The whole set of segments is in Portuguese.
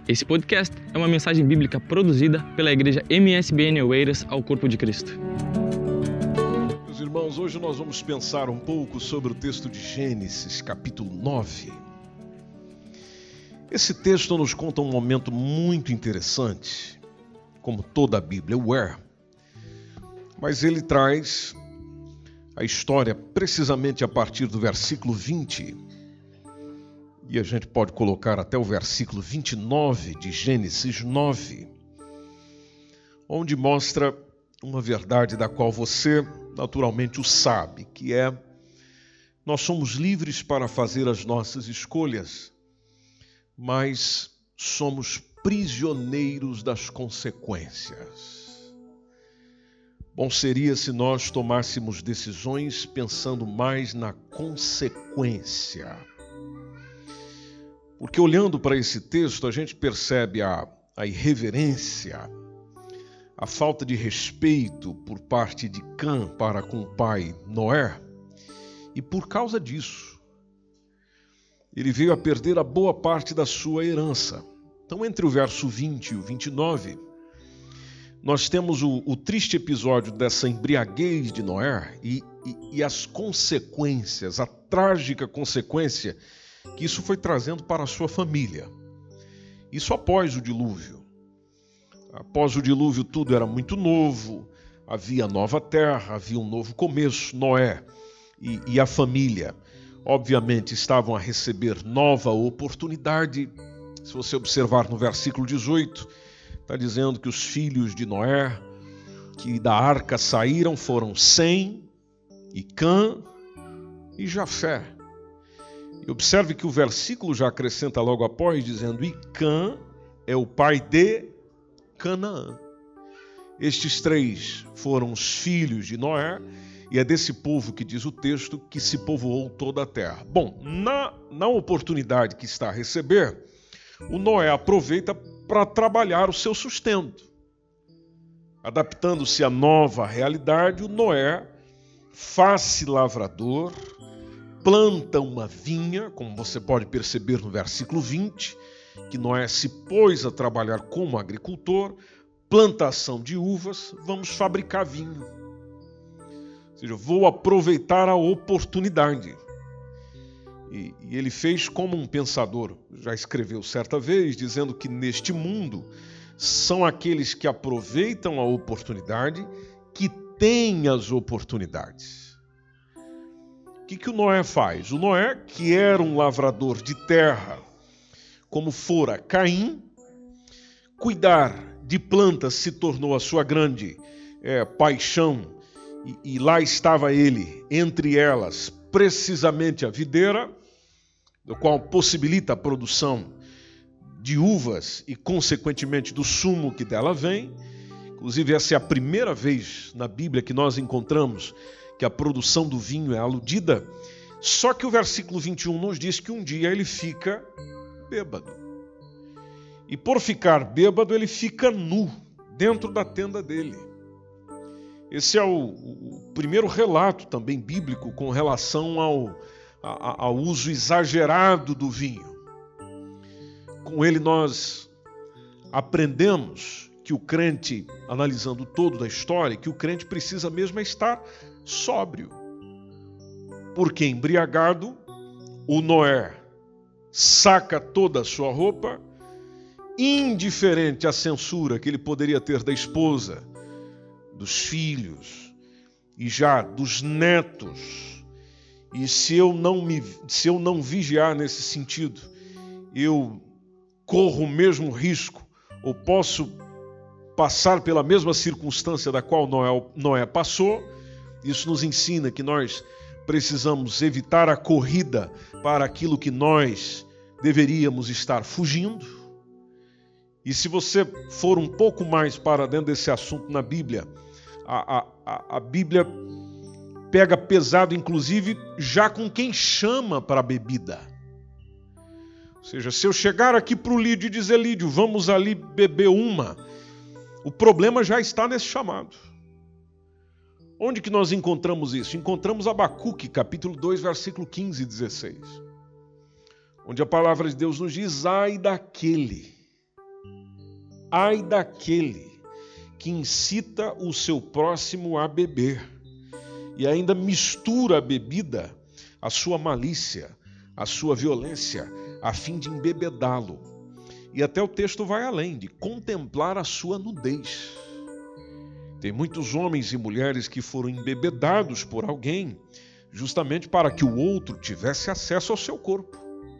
Esse podcast é uma mensagem bíblica produzida pela igreja MSBN Oeiras ao Corpo de Cristo. Meus irmãos, hoje nós vamos pensar um pouco sobre o texto de Gênesis, capítulo 9. Esse texto nos conta um momento muito interessante, como toda a Bíblia o é, mas ele traz a história precisamente a partir do versículo 20, e a gente pode colocar até o versículo 29 de Gênesis 9, onde mostra uma verdade da qual você naturalmente o sabe, que é: nós somos livres para fazer as nossas escolhas, mas somos prisioneiros das consequências. Bom seria se nós tomássemos decisões pensando mais na consequência. Porque olhando para esse texto, a gente percebe a irreverência, a falta de respeito por parte de Cã para com o pai Noé, e por causa disso, ele veio a perder a boa parte da sua herança. Então, entre o verso 20 e o 29, nós temos o triste episódio dessa embriaguez de Noé e as consequências, a trágica consequência que isso foi trazendo para a sua família. Isso após o dilúvio. Após o dilúvio tudo era muito novo, havia nova terra, havia um novo começo. Noé e a família, obviamente, estavam a receber nova oportunidade. Se você observar no versículo 18, está dizendo que os filhos de Noé, que da arca saíram, foram Sem, e Cã e Jafé. E observe que o versículo já acrescenta logo após, dizendo: e Cã é o pai de Canaã. Estes três foram os filhos de Noé, e é desse povo que diz o texto que se povoou toda a terra. Bom, na oportunidade que está a receber, o Noé aproveita para trabalhar o seu sustento. Adaptando-se à nova realidade, o Noé, faz-se lavrador, planta uma vinha, como você pode perceber no versículo 20, que Noé se pôs a trabalhar como agricultor, plantação de uvas, vamos fabricar vinho. Ou seja, vou aproveitar a oportunidade. E ele fez como um pensador, já escreveu certa vez, dizendo que neste mundo são aqueles que aproveitam a oportunidade que têm as oportunidades. O que o Noé faz? O Noé, que era um lavrador de terra, como fora Caim, cuidar de plantas se tornou a sua grande paixão, e lá estava ele, entre elas, precisamente a videira, do qual possibilita a produção de uvas e, consequentemente, do sumo que dela vem. Inclusive, essa é a primeira vez na Bíblia que nós encontramos que a produção do vinho é aludida. Só que o versículo 21 nos diz que um dia ele fica bêbado. E por ficar bêbado, ele fica nu dentro da tenda dele. Esse é o primeiro relato também bíblico com relação ao uso exagerado do vinho. Com ele nós aprendemos que o crente, analisando todo da história, que o crente precisa mesmo estar sóbrio. Porque embriagado, o Noé saca toda a sua roupa, indiferente à censura que ele poderia ter da esposa, dos filhos e já dos netos. E se eu não vigiar nesse sentido, eu corro o mesmo risco, ou posso passar pela mesma circunstância da qual Noé passou. Isso nos ensina que nós precisamos evitar a corrida para aquilo que nós deveríamos estar fugindo. E se você for um pouco mais para dentro desse assunto na Bíblia, a Bíblia pega pesado, inclusive, já com quem chama para a bebida. Ou seja, se eu chegar aqui para o Lídio e dizer: Lídio, vamos ali beber uma, o problema já está nesse chamado. Onde que nós encontramos isso? Encontramos Abacuque, capítulo 2, versículo 15 e 16. Onde a palavra de Deus nos diz: ai daquele ai daquele que incita o seu próximo a beber e ainda mistura a bebida à sua malícia, à sua violência, a fim de embebedá-lo. E até o texto vai além, de contemplar a sua nudez. Tem muitos homens e mulheres que foram embebedados por alguém justamente para que o outro tivesse acesso ao seu corpo.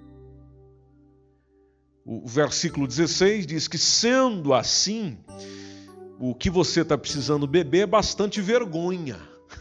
O versículo 16 diz que, sendo assim, o que você está precisando beber é bastante vergonha.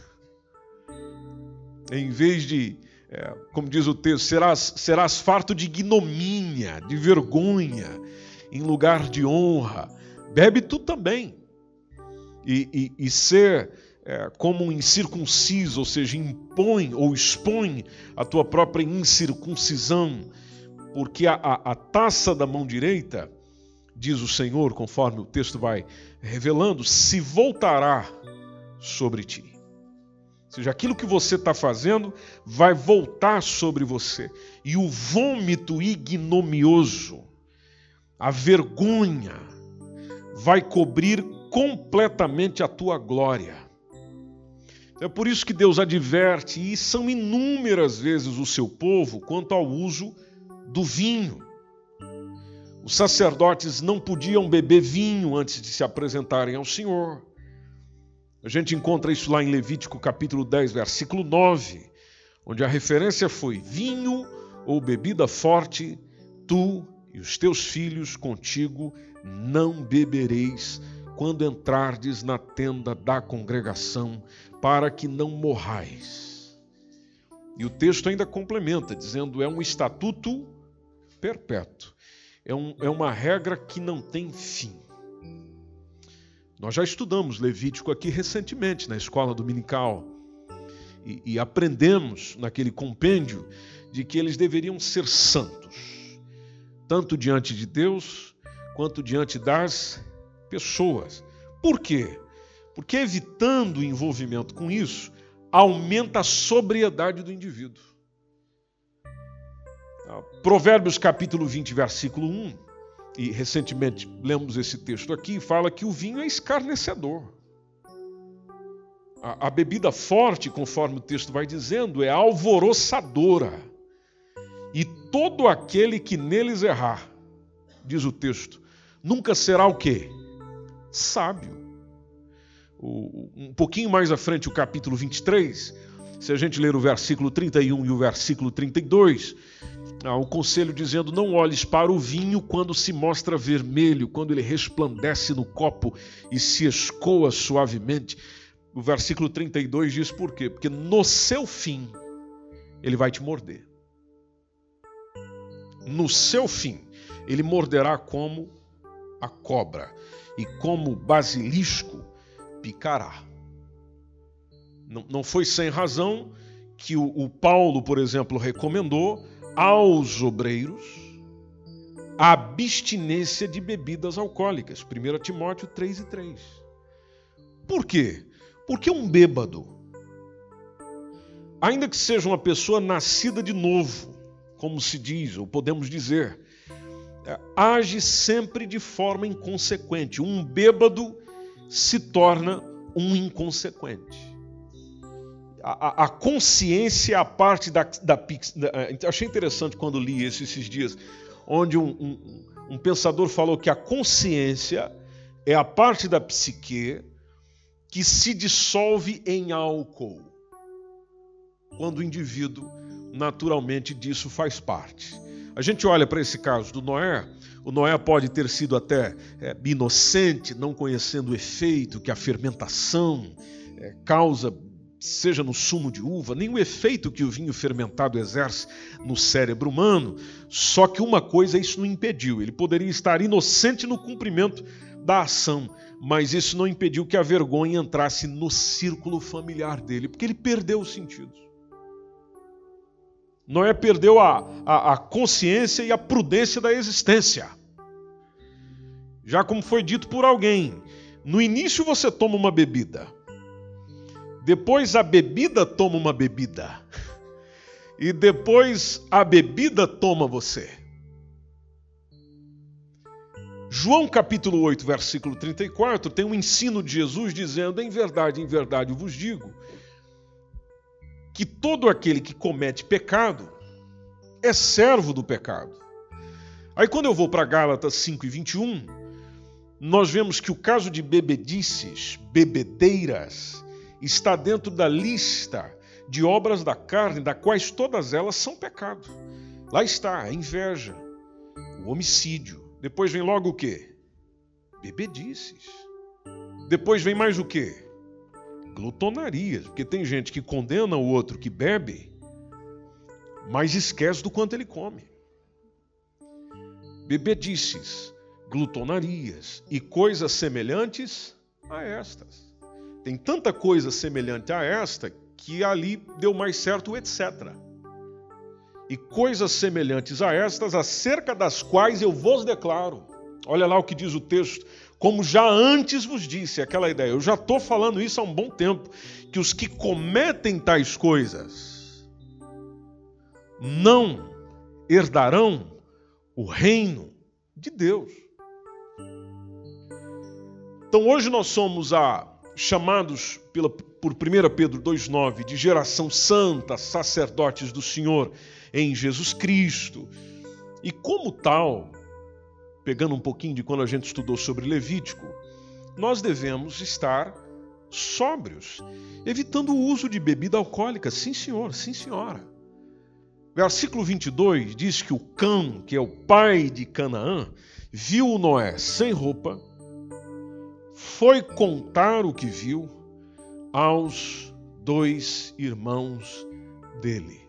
Em vez de, como diz o texto, serás farto de ignomínia, de vergonha, em lugar de honra. Bebe tu também. E ser como um incircunciso, ou seja, impõe ou expõe a tua própria incircuncisão, porque a taça da mão direita, diz o Senhor, conforme o texto vai revelando, se voltará sobre ti. Ou seja, aquilo que você está fazendo vai voltar sobre você. E o vômito ignomioso, a vergonha, vai cobrir completamente a tua glória. É por isso que Deus adverte, e são inúmeras vezes o seu povo, quanto ao uso do vinho. Os sacerdotes não podiam beber vinho antes de se apresentarem ao Senhor. A gente encontra isso lá em Levítico capítulo 10, versículo 9, onde a referência foi: vinho ou bebida forte, tu e os teus filhos contigo não bebereis quando entrardes na tenda da congregação, para que não morrais. E o texto ainda complementa, dizendo: é um estatuto perpétuo. É uma regra que não tem fim. Nós já estudamos Levítico aqui recentemente na escola dominical e aprendemos naquele compêndio de que eles deveriam ser santos, tanto diante de Deus quanto diante das pessoas. Por quê? Porque evitando o envolvimento com isso, aumenta a sobriedade do indivíduo. Provérbios capítulo 20, versículo 1, e recentemente lemos esse texto aqui, fala que o vinho é escarnecedor. A bebida forte, conforme o texto vai dizendo, é alvoroçadora. E todo aquele que neles errar, diz o texto, nunca será o quê? Sábio. Um pouquinho mais à frente, o capítulo 23, se a gente ler o versículo 31 e o versículo 32, o conselho dizendo: não olhes para o vinho quando se mostra vermelho, quando ele resplandece no copo e se escoa suavemente. O versículo 32 diz por quê? Porque no seu fim ele vai te morder. No seu fim ele morderá como a cobra e como basilisco picará. Não foi sem razão que o Paulo, por exemplo, recomendou aos obreiros a abstinência de bebidas alcoólicas. 1 Timóteo 3:3. Por quê? Porque um bêbado, ainda que seja uma pessoa nascida de novo, como se diz, ou podemos dizer, age sempre de forma inconsequente. Um bêbado se torna um inconsequente. A consciência é a parte da achei interessante quando li isso esses dias, onde um pensador falou que a consciência é a parte da psique que se dissolve em álcool, quando o indivíduo naturalmente disso faz parte. A gente olha para esse caso do Noé. O Noé pode ter sido até inocente, não conhecendo o efeito que a fermentação causa, seja no sumo de uva, nem o efeito que o vinho fermentado exerce no cérebro humano. Só que uma coisa isso não impediu. Ele poderia estar inocente no cumprimento da ação, mas isso não impediu que a vergonha entrasse no círculo familiar dele, porque ele perdeu os sentidos. Noé perdeu a consciência e a prudência da existência. Já como foi dito por alguém, no início você toma uma bebida, depois a bebida toma uma bebida, e depois a bebida toma você. João capítulo 8, versículo 34, tem um ensino de Jesus dizendo: em verdade eu vos digo, que todo aquele que comete pecado é servo do pecado. Aí quando eu vou para Gálatas 5 e 21, nós vemos que o caso de bebedices, bebedeiras, está dentro da lista de obras da carne, das quais todas elas são pecado. Lá está a inveja, o homicídio. Depois vem logo o quê? Bebedices. Depois vem mais o quê? Glutonarias. Porque tem gente que condena o outro que bebe, mas esquece do quanto ele come. Bebedices, glutonarias e coisas semelhantes a estas. Tem tanta coisa semelhante a esta que ali deu mais certo o etc. E coisas semelhantes a estas, acerca das quais eu vos declaro. Olha lá o que diz o texto. Como já antes vos disse, aquela ideia. Eu já estou falando isso há um bom tempo. Que os que cometem tais coisas não herdarão o reino de Deus. Então hoje nós somos chamados por 1 Pedro 2,9 de geração santa, sacerdotes do Senhor em Jesus Cristo. E como tal, pegando um pouquinho de quando a gente estudou sobre Levítico, nós devemos estar sóbrios, evitando o uso de bebida alcoólica. Sim, senhor, sim, senhora. Versículo 22 diz que o Cã, que é o pai de Canaã, viu Noé sem roupa, foi contar o que viu aos 2 irmãos dele.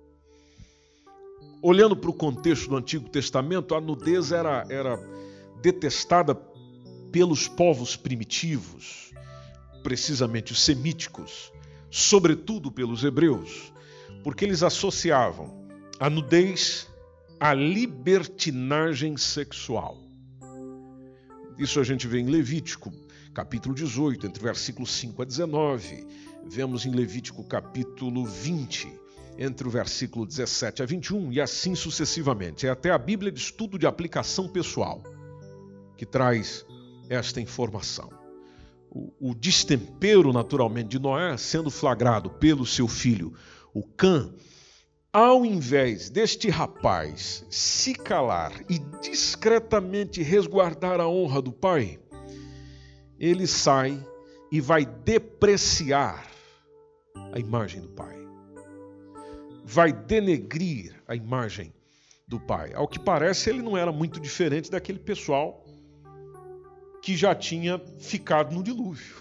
Olhando para o contexto do Antigo Testamento, a nudez era detestada pelos povos primitivos, precisamente os semíticos, sobretudo pelos hebreus, porque eles associavam a nudez à libertinagem sexual. Isso a gente vê em Levítico, capítulo 18, entre versículos 5 a 19. Vemos em Levítico, capítulo 20, entre o versículo 17 a 21, e assim sucessivamente. É até a Bíblia de Estudo de Aplicação Pessoal que traz esta informação. O destempero, naturalmente, de Noé, sendo flagrado pelo seu filho, o Cã, ao invés deste rapaz se calar e discretamente resguardar a honra do pai, ele sai e vai depreciar a imagem do pai. Vai denegrir a imagem do pai. Ao que parece, ele não era muito diferente daquele pessoal que já tinha ficado no dilúvio.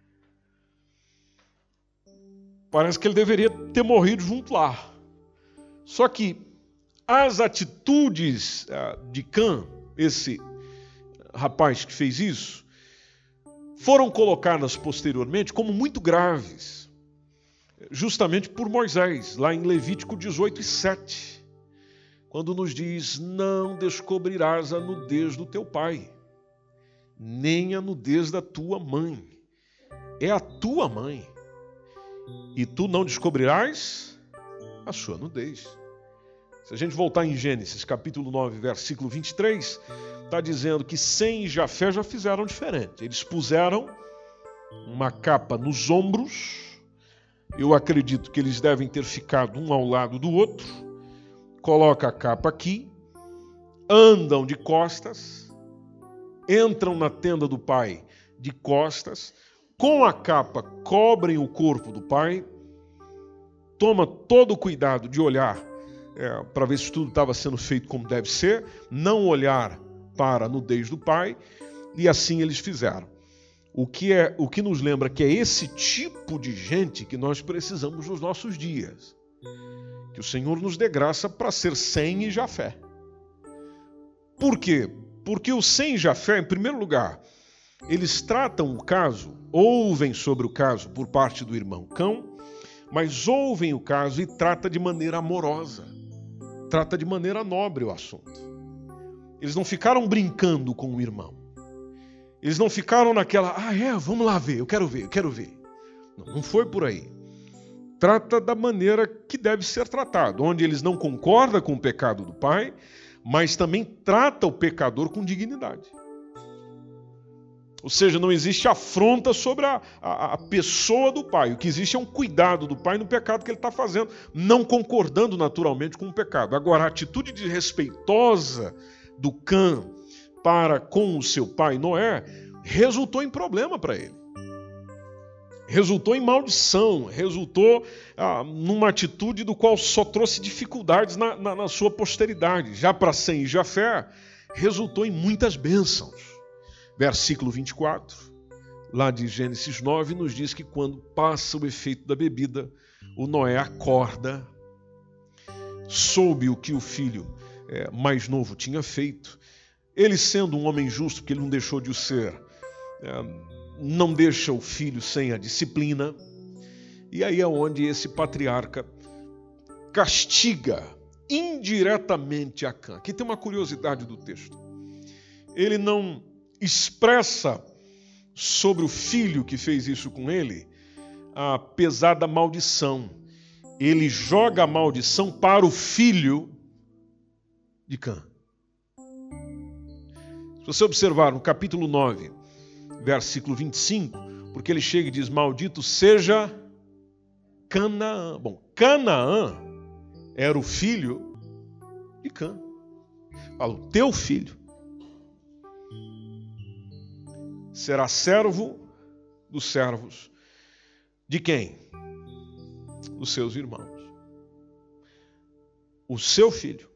Parece que ele deveria ter morrido junto lá. Só que as atitudes de Cã, esse rapaz que fez isso, foram colocadas posteriormente como muito graves, justamente por Moisés, lá em Levítico 18 e 7, quando nos diz: não descobrirás a nudez do teu pai, nem a nudez da tua mãe. É a tua mãe. E tu não descobrirás a sua nudez. Se a gente voltar em Gênesis, capítulo 9, versículo 23, está dizendo que Sem e Jafé já fizeram diferente. Eles puseram uma capa nos ombros. Eu acredito que eles devem ter ficado um ao lado do outro. Coloca a capa aqui, andam de costas, entram na tenda do pai de costas, com a capa cobrem o corpo do pai, toma todo o cuidado de olhar para ver se tudo estava sendo feito como deve ser, não olhar para a nudez do pai, e assim eles fizeram. O que nos lembra que é esse tipo de gente que nós precisamos nos nossos dias. Que o Senhor nos dê graça para ser Sem e Jafé. Por quê? Porque o Sem e Jafé, em primeiro lugar, eles tratam o caso, ouvem sobre o caso por parte do irmão Cão, mas ouvem o caso e trata de maneira amorosa, trata de maneira nobre o assunto. Eles não ficaram brincando com o irmão. Eles não ficaram naquela, vamos lá ver, eu quero ver. Não foi por aí. Trata da maneira que deve ser tratado, onde eles não concordam com o pecado do pai, mas também trata o pecador com dignidade. Ou seja, não existe afronta sobre a pessoa do pai. O que existe é um cuidado do pai no pecado que ele está fazendo, não concordando naturalmente com o pecado. Agora, a atitude desrespeitosa do Cã para com o seu pai Noé resultou em problema para ele. Resultou em maldição, resultou numa atitude do qual só trouxe dificuldades na sua posteridade. Já para Sem e Jafé, resultou em muitas bênçãos. Versículo 24, lá de Gênesis 9, nos diz que quando passa o efeito da bebida, o Noé acorda, soube o que o filho mais novo tinha feito. Ele, sendo um homem justo, porque ele não deixou de o ser, não deixa o filho sem a disciplina. E aí é onde esse patriarca castiga indiretamente a Cã. Aqui tem uma curiosidade do texto. Ele não expressa sobre o filho que fez isso com ele a pesada maldição. Ele joga a maldição para o filho de Cã. Se você observar no capítulo 9, versículo 25, porque ele chega e diz: maldito seja Canaã. Bom, Canaã era o filho de Cã. Fala, o teu filho será servo dos servos de quem? Dos seus irmãos. O seu filho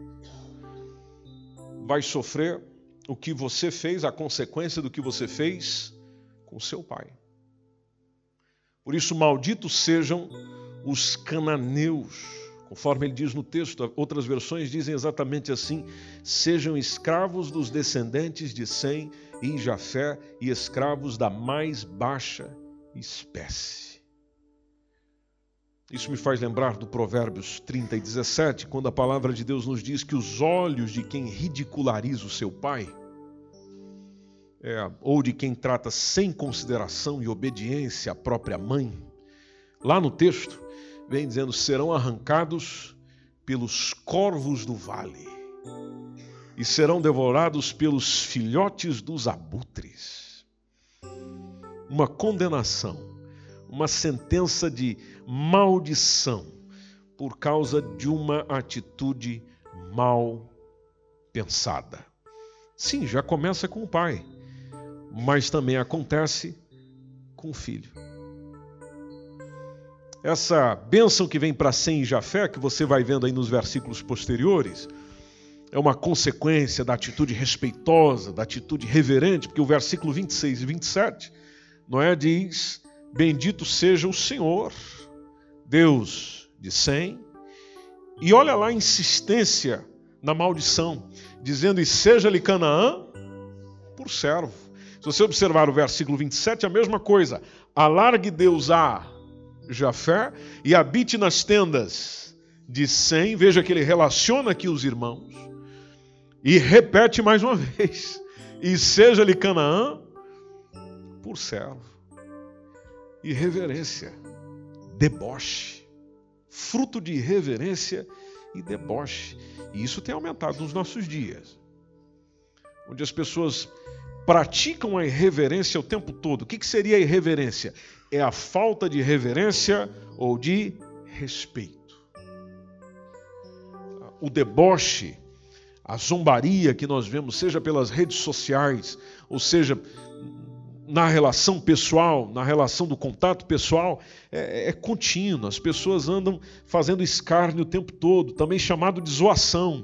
vai sofrer o que você fez, a consequência do que você fez com seu pai. Por isso, malditos sejam os cananeus. Conforme ele diz no texto, outras versões dizem exatamente assim: sejam escravos dos descendentes de Sem e Jafé e escravos da mais baixa espécie. Isso me faz lembrar do Provérbios 30 e 17, quando a palavra de Deus nos diz que os olhos de quem ridiculariza o seu pai, ou de quem trata sem consideração e obediência a própria mãe, lá no texto, vem dizendo, serão arrancados pelos corvos do vale e serão devorados pelos filhotes dos abutres. Uma condenação, uma sentença de maldição por causa de uma atitude mal pensada. Sim, já começa com o pai, mas também acontece com o filho. Essa bênção que vem para Sem e Jafé, que você vai vendo aí nos versículos posteriores, é uma consequência da atitude respeitosa, da atitude reverente, porque o versículo 26 e 27, Noé diz, bendito seja o Senhor, Deus de Sem, e olha lá a insistência na maldição, dizendo, e seja-lhe Canaã por servo. Se você observar o versículo 27, a mesma coisa, alargue Deus a Jafé e habite nas tendas de Sem. Veja que ele relaciona aqui os irmãos e repete mais uma vez, e seja-lhe Canaã por servo. Irreverência, deboche, fruto de irreverência e deboche. E isso tem aumentado nos nossos dias, onde as pessoas praticam a irreverência o tempo todo. O que seria a irreverência? É a falta de reverência ou de respeito. O deboche, a zombaria que nós vemos, seja pelas redes sociais, ou seja, na relação pessoal, na relação do contato pessoal, é contínuo. As pessoas andam fazendo escárnio o tempo todo, também chamado de zoação.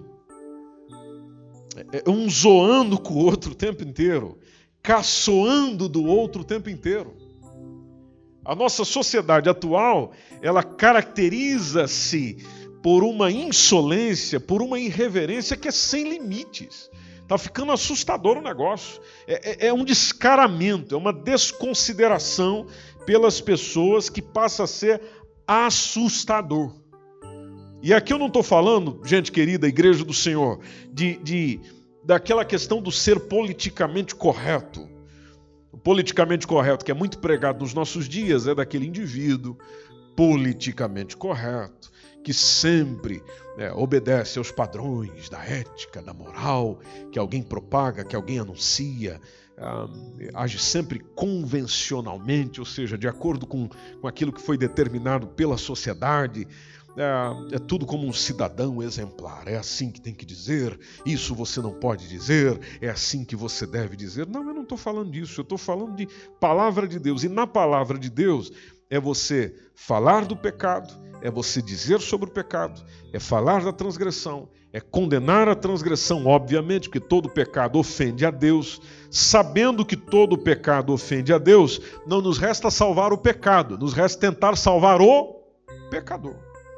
Um zoando com o outro o tempo inteiro, caçoando do outro o tempo inteiro. A nossa sociedade atual, ela caracteriza-se por uma insolência, por uma irreverência que é sem limites. Está ficando assustador o negócio. É um descaramento, é uma desconsideração pelas pessoas que passa a ser assustador. E aqui eu não estou falando, gente querida, Igreja do Senhor, daquela questão do ser politicamente correto. O politicamente correto que é muito pregado nos nossos dias é daquele indivíduo politicamente correto, que sempre obedece aos padrões da ética, da moral, que alguém propaga, que alguém anuncia, age sempre convencionalmente, ou seja, de acordo com aquilo que foi determinado pela sociedade. É tudo como um cidadão exemplar. É assim que tem que dizer, isso você não pode dizer, é assim que você deve dizer. Não, eu não estou falando disso, eu estou falando de palavra de Deus. E na palavra de Deus é você falar do pecado, é você dizer sobre o pecado, é falar da transgressão, é condenar a transgressão, obviamente, porque todo pecado ofende a Deus. Sabendo que todo pecado ofende a Deus, não nos resta salvar o pecado, nos resta tentar salvar o pecador.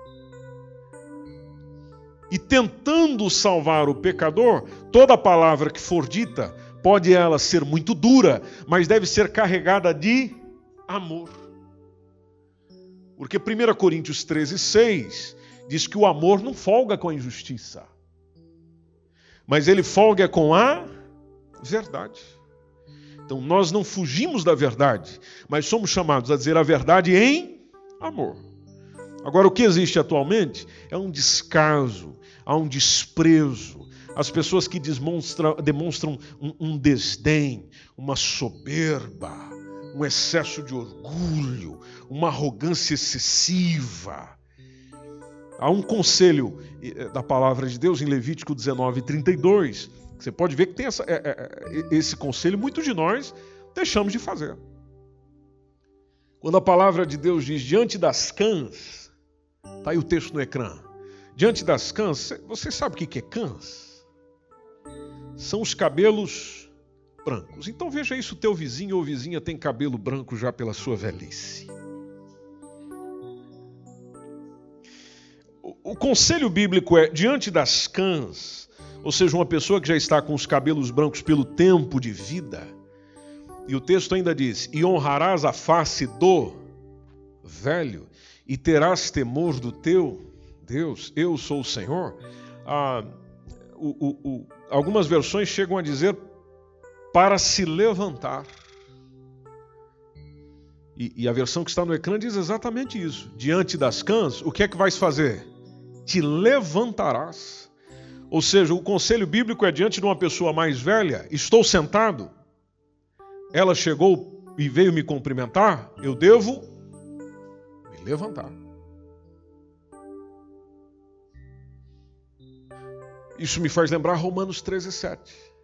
E tentando salvar o pecador, toda palavra que for dita, pode ela ser muito dura, mas deve ser carregada de amor. Porque 1 Coríntios 13:6 diz que o amor não folga com a injustiça, mas ele folga com a verdade. Então nós não fugimos da verdade, mas somos chamados a dizer a verdade em amor. Agora, o que existe atualmente é um descaso, há um desprezo. As pessoas que demonstram um desdém, uma soberba, um excesso de orgulho, uma arrogância excessiva. Há um conselho da palavra de Deus em Levítico 19:32. Você pode ver que tem esse conselho, muitos de nós deixamos de fazer. Quando a palavra de Deus diz, diante das cãs, está aí o texto no ecrã. Diante das cãs, você sabe o que é cãs? São os cabelos brancos. Então veja isso, teu vizinho ou vizinha tem cabelo branco já pela sua velhice. O conselho bíblico é, diante das cãs, ou seja, uma pessoa que já está com os cabelos brancos pelo tempo de vida, e o texto ainda diz, e honrarás a face do velho, e terás temor do teu Deus, eu sou o Senhor. Algumas versões chegam a dizer para se levantar. E a versão que está no ecrã diz exatamente isso. Diante das cãs, o que é que vais fazer? Te levantarás. Ou seja, o conselho bíblico é diante de uma pessoa mais velha, estou sentado, ela chegou e veio me cumprimentar, eu devo me levantar. Isso me faz lembrar Romanos 13:7.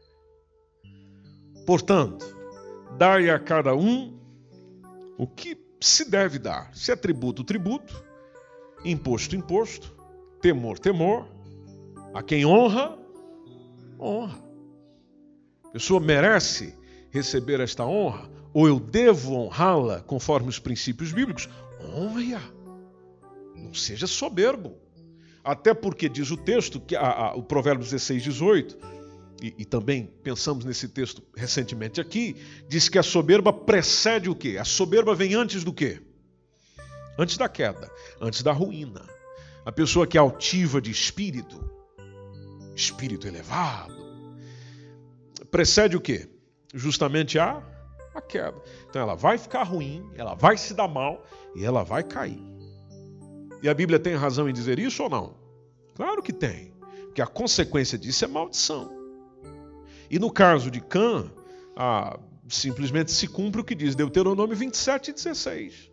Portanto, dai a cada um o que se deve dar. Se é tributo, tributo. Imposto, imposto. Temor, temor. A quem honra, honra. A pessoa merece receber esta honra, ou eu devo honrá-la conforme os princípios bíblicos. Honre-a. Não seja soberbo. Até porque diz o texto, que o Provérbios 16:18, e também pensamos nesse texto recentemente aqui, diz que a soberba precede o quê? A soberba vem antes do quê? Antes da queda, antes da ruína. A pessoa que é altiva de espírito elevado, precede o quê? Justamente a queda. Então ela vai ficar ruim, ela vai se dar mal e ela vai cair. E a Bíblia tem razão em dizer isso ou não? Claro que tem, porque a consequência disso é maldição. E no caso de Cã, simplesmente se cumpre o que diz Deuteronômio 27:16.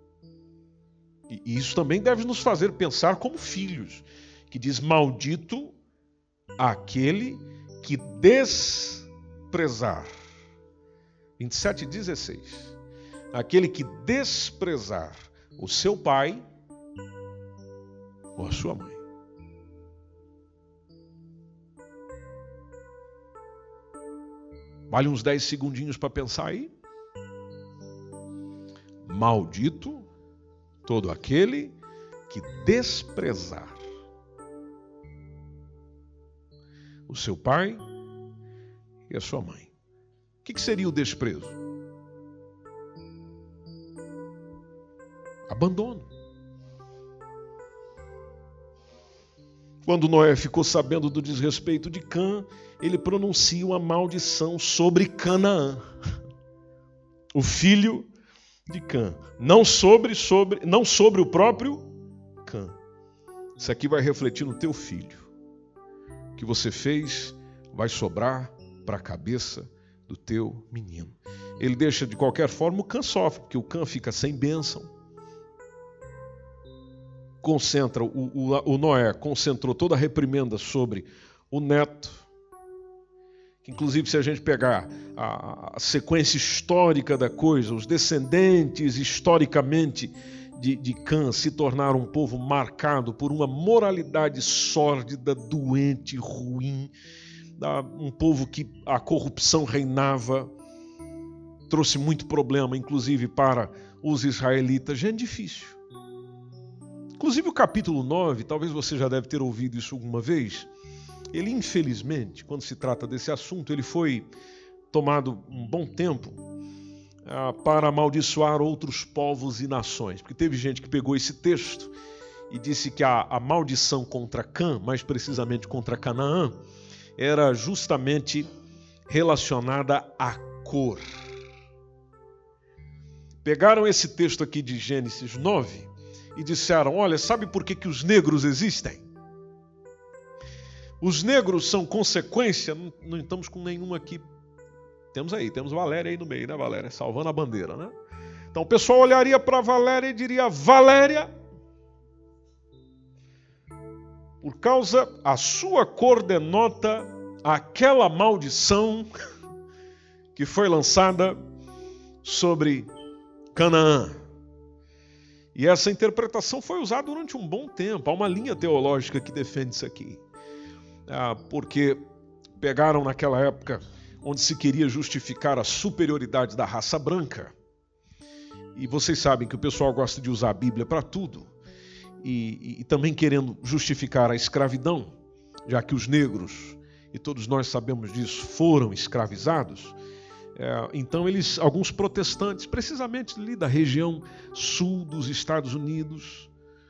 E isso também deve nos fazer pensar como filhos, que diz, maldito aquele que desprezar. 27:16. Aquele que desprezar o seu pai ou a sua mãe. Vale uns 10 segundinhos para pensar aí. Maldito todo aquele que desprezar o seu pai e a sua mãe. O que seria o desprezo? Abandono. Quando Noé ficou sabendo do desrespeito de Cã, ele pronuncia uma maldição sobre Canaã, o filho de Cã, não sobre o próprio Cã. Isso aqui vai refletir no teu filho. O que você fez vai sobrar para a cabeça do teu menino. Ele deixa, de qualquer forma, o Cã sofre, porque o Cã fica sem bênção. O Noé concentrou toda a reprimenda sobre o neto. Inclusive, se a gente pegar a sequência histórica da coisa, os descendentes historicamente de Cã se tornaram um povo marcado por uma moralidade sórdida, doente, ruim, um povo que a corrupção reinava, trouxe muito problema, inclusive para os israelitas. Gente, difícil. Inclusive o capítulo 9, talvez você já deve ter ouvido isso alguma vez, ele infelizmente, quando se trata desse assunto, ele foi tomado um bom tempo para amaldiçoar outros povos e nações. Porque teve gente que pegou esse texto e disse que a maldição contra Cã, mais precisamente contra Canaã, era justamente relacionada à cor. Pegaram esse texto aqui de Gênesis 9 e disseram, olha, sabe por que os negros existem? Os negros são consequência, não estamos com nenhuma aqui. Temos Valéria aí no meio, né, Valéria? Salvando a bandeira, né? Então o pessoal olharia para Valéria e diria, Valéria, por causa, a sua cor denota aquela maldição que foi lançada sobre Canaã. E essa interpretação foi usada durante um bom tempo. Há uma linha teológica que defende isso aqui. Porque pegaram naquela época onde se queria justificar a superioridade da raça branca. E vocês sabem que o pessoal gosta de usar a Bíblia para tudo. E também querendo justificar a escravidão, já que os negros, e todos nós sabemos disso, foram escravizados. Então alguns protestantes, precisamente ali da região sul dos Estados Unidos,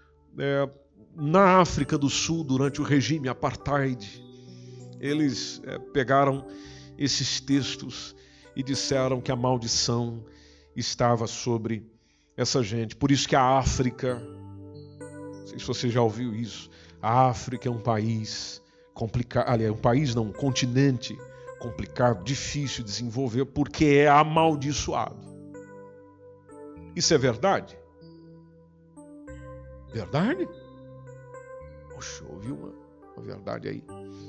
na África do Sul, durante o regime apartheid, eles pegaram esses textos e disseram que a maldição estava sobre essa gente. Por isso que a África, não sei se você já ouviu isso, a África é um país complicado, aliás, um continente complicado, difícil de desenvolver, porque é amaldiçoado. Isso é verdade? Verdade? Poxa, ouvi uma verdade aí.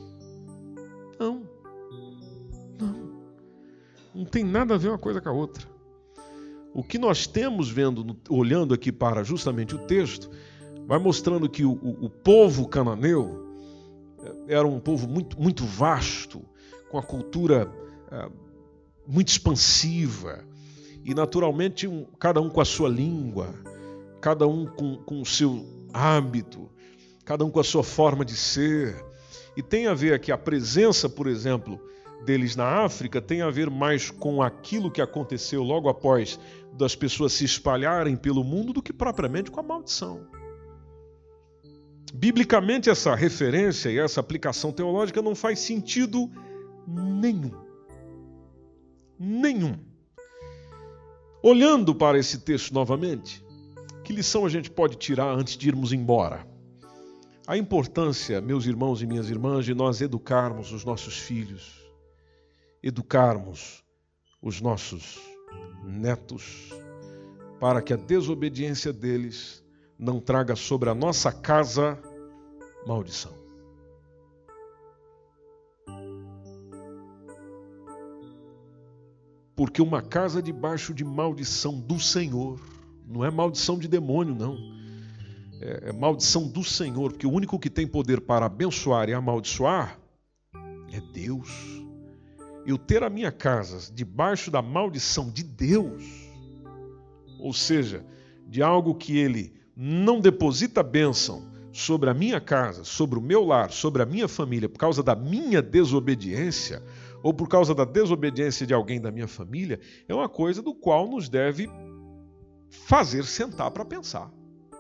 Não tem nada a ver uma coisa com a outra. O que nós temos olhando aqui para justamente o texto, vai mostrando que o povo cananeu era um povo muito, muito vasto, com a cultura muito expansiva, e naturalmente cada um com a sua língua, cada um com o seu hábito, cada um com a sua forma de ser. E tem a ver aqui a presença, por exemplo, deles na África, tem a ver mais com aquilo que aconteceu logo após das pessoas se espalharem pelo mundo do que propriamente com a maldição. Biblicamente, essa referência e essa aplicação teológica não faz sentido nenhum. Nenhum. Olhando para esse texto novamente, que lição a gente pode tirar antes de irmos embora? A importância, meus irmãos e minhas irmãs, de nós educarmos os nossos filhos, educarmos os nossos netos, para que a desobediência deles não traga sobre a nossa casa maldição. Porque uma casa debaixo de maldição do Senhor, não é maldição de demônio, não. É maldição do Senhor, porque o único que tem poder para abençoar e amaldiçoar é Deus. Eu ter a minha casa debaixo da maldição de Deus, ou seja, de algo que Ele não deposita bênção sobre a minha casa, sobre o meu lar, sobre a minha família, por causa da minha desobediência, ou por causa da desobediência de alguém da minha família, é uma coisa do qual nos deve fazer sentar para pensar.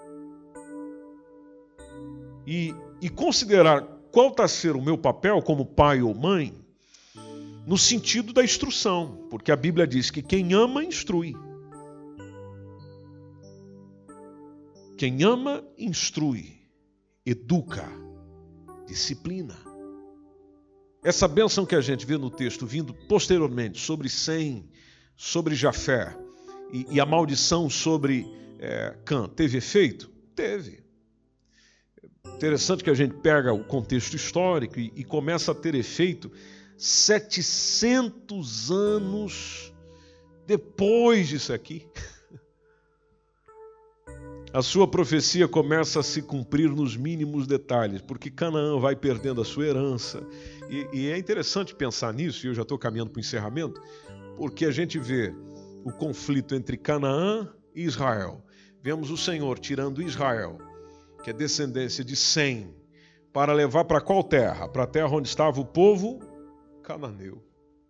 E considerar qual está a ser o meu papel como pai ou mãe, no sentido da instrução, porque a Bíblia diz que quem ama, instrui. Quem ama, instrui. educa, disciplina. Essa bênção que a gente vê no texto vindo posteriormente sobre Sem, sobre Jafé e a maldição sobre Cã, teve efeito? Teve. Interessante que a gente pega o contexto histórico e começa a ter efeito 700 anos depois disso aqui. A sua profecia começa a se cumprir nos mínimos detalhes, porque Canaã vai perdendo a sua herança. E é interessante pensar nisso, e eu já estou caminhando para o encerramento, porque a gente vê o conflito entre Canaã e Israel. Vemos o Senhor tirando Israel, que é descendência de Sem, para levar para qual terra? Para a terra onde estava o povo cananeu.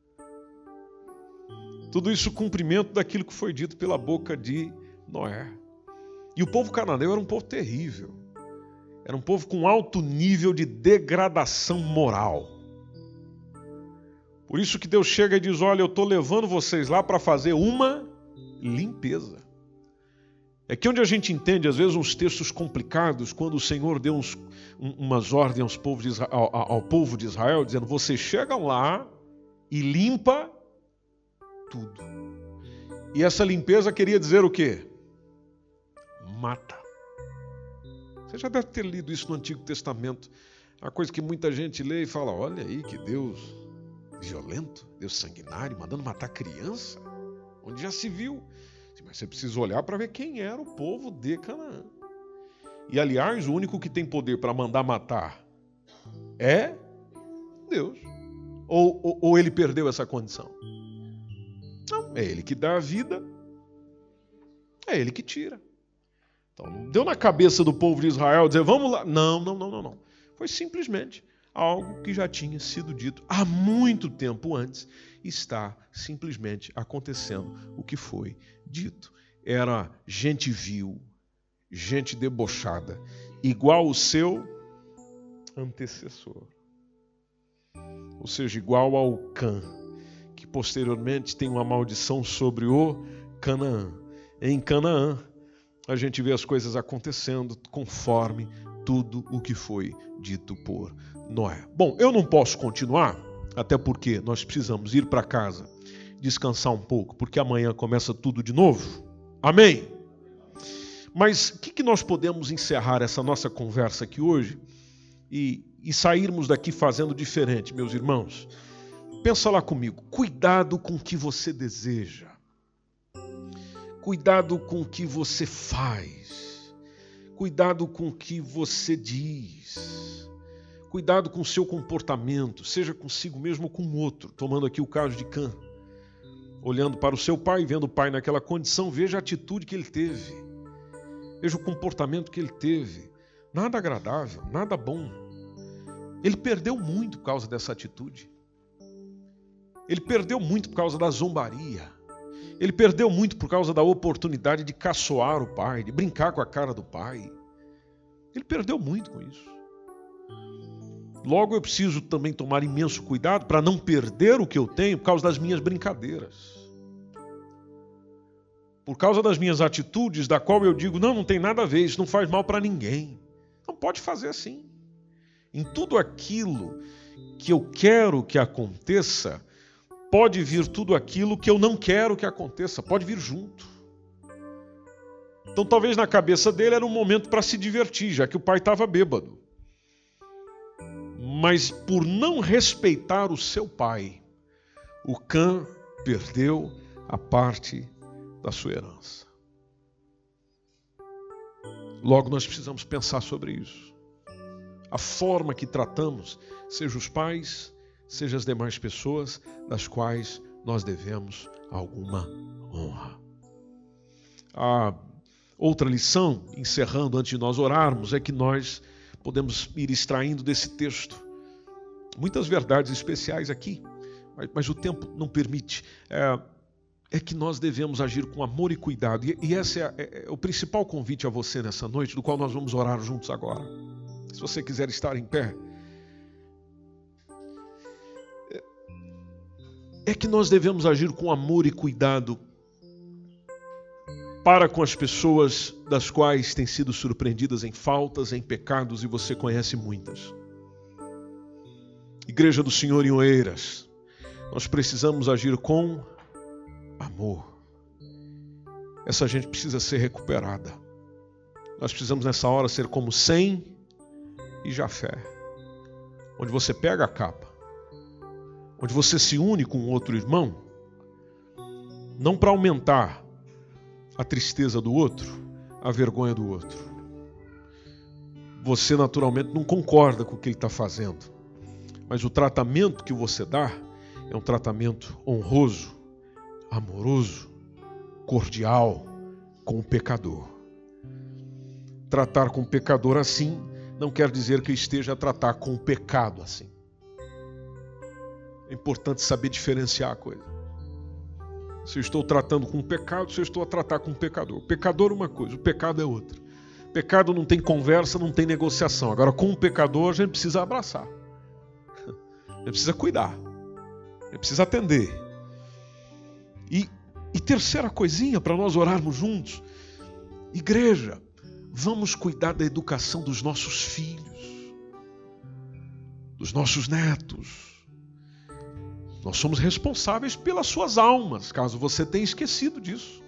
Tudo isso cumprimento daquilo que foi dito pela boca de Noé. E o povo cananeu era um povo terrível. Era um povo com alto nível de degradação moral. Por isso que Deus chega e diz, olha, eu estou levando vocês lá para fazer uma limpeza. É aqui onde a gente entende, às vezes, uns textos complicados, quando o Senhor deu umas ordens ao povo de Israel, dizendo, vocês chegam lá e limpa tudo. E essa limpeza queria dizer o quê? Mata. Você já deve ter lido isso no Antigo Testamento. É uma coisa que muita gente lê e fala, olha aí que Deus violento, Deus sanguinário, mandando matar criança. Onde já se viu. Mas você precisa olhar para ver quem era o povo de Canaã. E, aliás, o único que tem poder para mandar matar é Deus. Ou ele perdeu essa condição? Não, é ele que dá a vida, é ele que tira. Então, não deu na cabeça do povo de Israel dizer, vamos lá. Não. Foi simplesmente algo que já tinha sido dito há muito tempo antes. Está simplesmente acontecendo o que foi dito. Era gente vil, gente debochada, igual o seu antecessor. Ou seja, igual ao Cã, que posteriormente tem uma maldição sobre o Canaã. Em Canaã, a gente vê as coisas acontecendo conforme tudo o que foi dito por Noé. Bom, eu não posso continuar, até porque nós precisamos ir para casa, descansar um pouco, porque amanhã começa tudo de novo. Amém? Mas o que nós podemos encerrar essa nossa conversa aqui hoje e sairmos daqui fazendo diferente, meus irmãos? Pensa lá comigo, cuidado com o que você deseja. Cuidado com o que você faz. Cuidado com o que você diz. Cuidado com o seu comportamento, seja consigo mesmo ou com o outro. Tomando aqui o caso de Cã. Olhando para o seu pai, vendo o pai naquela condição, veja a atitude que ele teve. Veja o comportamento que ele teve. Nada agradável, nada bom. Ele perdeu muito por causa dessa atitude. Ele perdeu muito por causa da zombaria. Ele perdeu muito por causa da oportunidade de caçoar o pai, de brincar com a cara do pai. Ele perdeu muito com isso. Logo, eu preciso também tomar imenso cuidado para não perder o que eu tenho por causa das minhas brincadeiras. Por causa das minhas atitudes, da qual eu digo, não tem nada a ver, isso não faz mal para ninguém. Não pode fazer assim. Em tudo aquilo que eu quero que aconteça, pode vir tudo aquilo que eu não quero que aconteça, pode vir junto. Então talvez na cabeça dele era um momento para se divertir, já que o pai estava bêbado. Mas por não respeitar o seu pai, o Cã perdeu a parte da sua herança. Logo nós precisamos pensar sobre isso. A forma que tratamos, seja os pais, seja as demais pessoas das quais nós devemos alguma honra. A outra lição, encerrando antes de nós orarmos, é que nós podemos ir extraindo desse texto muitas verdades especiais aqui, mas o tempo não permite. É que nós devemos agir com amor e cuidado. E esse é o principal convite a você nessa noite, do qual nós vamos orar juntos agora. Se você quiser estar em pé. É que nós devemos agir com amor e cuidado Para com as pessoas das quais têm sido surpreendidas em faltas, em pecados, e você conhece muitas. Igreja do Senhor em Oeiras, nós precisamos agir com amor. Essa gente precisa ser recuperada. Nós precisamos nessa hora ser como Sem e Jafé, onde você pega a capa, onde você se une com outro irmão, não para aumentar a tristeza do outro, a vergonha do outro. Você naturalmente não concorda com o que ele está fazendo, mas o tratamento que você dá é um tratamento honroso, amoroso, cordial com o pecador. Tratar com o pecador assim não quer dizer que eu esteja a tratar com o pecado assim. É importante saber diferenciar a coisa. Se eu estou tratando com o pecado, se eu estou a tratar com o pecador. O pecador é uma coisa, o pecado é outra. O pecado não tem conversa, não tem negociação. Agora, com o pecador, a gente precisa abraçar. A gente precisa cuidar. A gente precisa atender. E terceira coisinha para nós orarmos juntos. Igreja, vamos cuidar da educação dos nossos filhos, dos nossos netos. Nós somos responsáveis pelas suas almas, caso você tenha esquecido disso.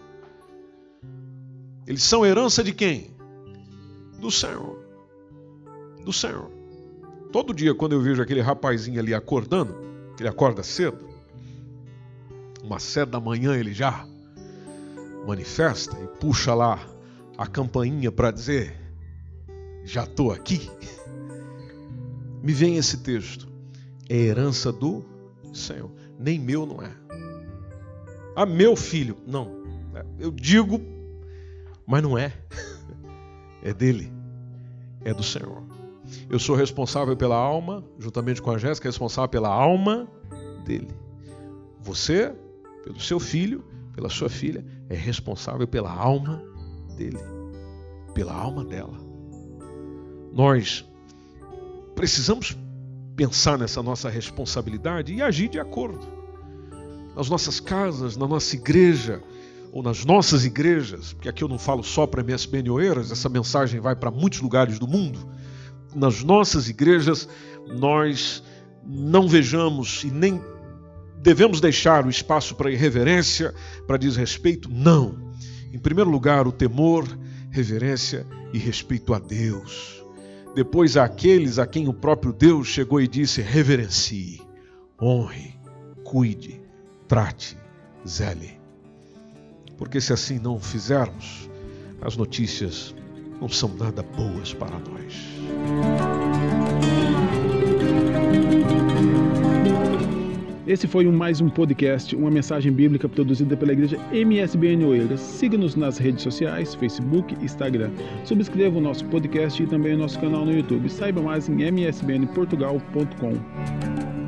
Eles são herança de quem? Do Senhor. Do Senhor. Todo dia, quando eu vejo aquele rapazinho ali acordando, ele acorda cedo, umas 7 da manhã ele já manifesta e puxa lá a campainha para dizer: já estou aqui. Me vem esse texto. É herança do Senhor. Nem meu não é. Ah, meu filho. Não. Eu digo, mas não é. É dele. É do Senhor. Eu sou responsável pela alma, juntamente com a Jéssica, responsável pela alma dele. Você, pelo seu filho, pela sua filha, é responsável pela alma dele. Pela alma dela. Nós precisamos pensar nessa nossa responsabilidade e agir de acordo. Nas nossas casas, na nossa igreja, ou nas nossas igrejas, porque aqui eu não falo só para MSBN Oeiras, essa mensagem vai para muitos lugares do mundo. Nas nossas igrejas, nós não vejamos e nem devemos deixar o espaço para irreverência, para desrespeito, não. Em primeiro lugar, o temor, reverência e respeito a Deus. Depois, àqueles a quem o próprio Deus chegou e disse: reverencie, honre, cuide, trate, zele. Porque se assim não fizermos, as notícias não são nada boas para nós. Esse foi mais um podcast, uma mensagem bíblica produzida pela igreja MSBN Oeiras. Siga-nos nas redes sociais, Facebook, Instagram. Subscreva o nosso podcast e também o nosso canal no YouTube. Saiba mais em msbnportugal.com.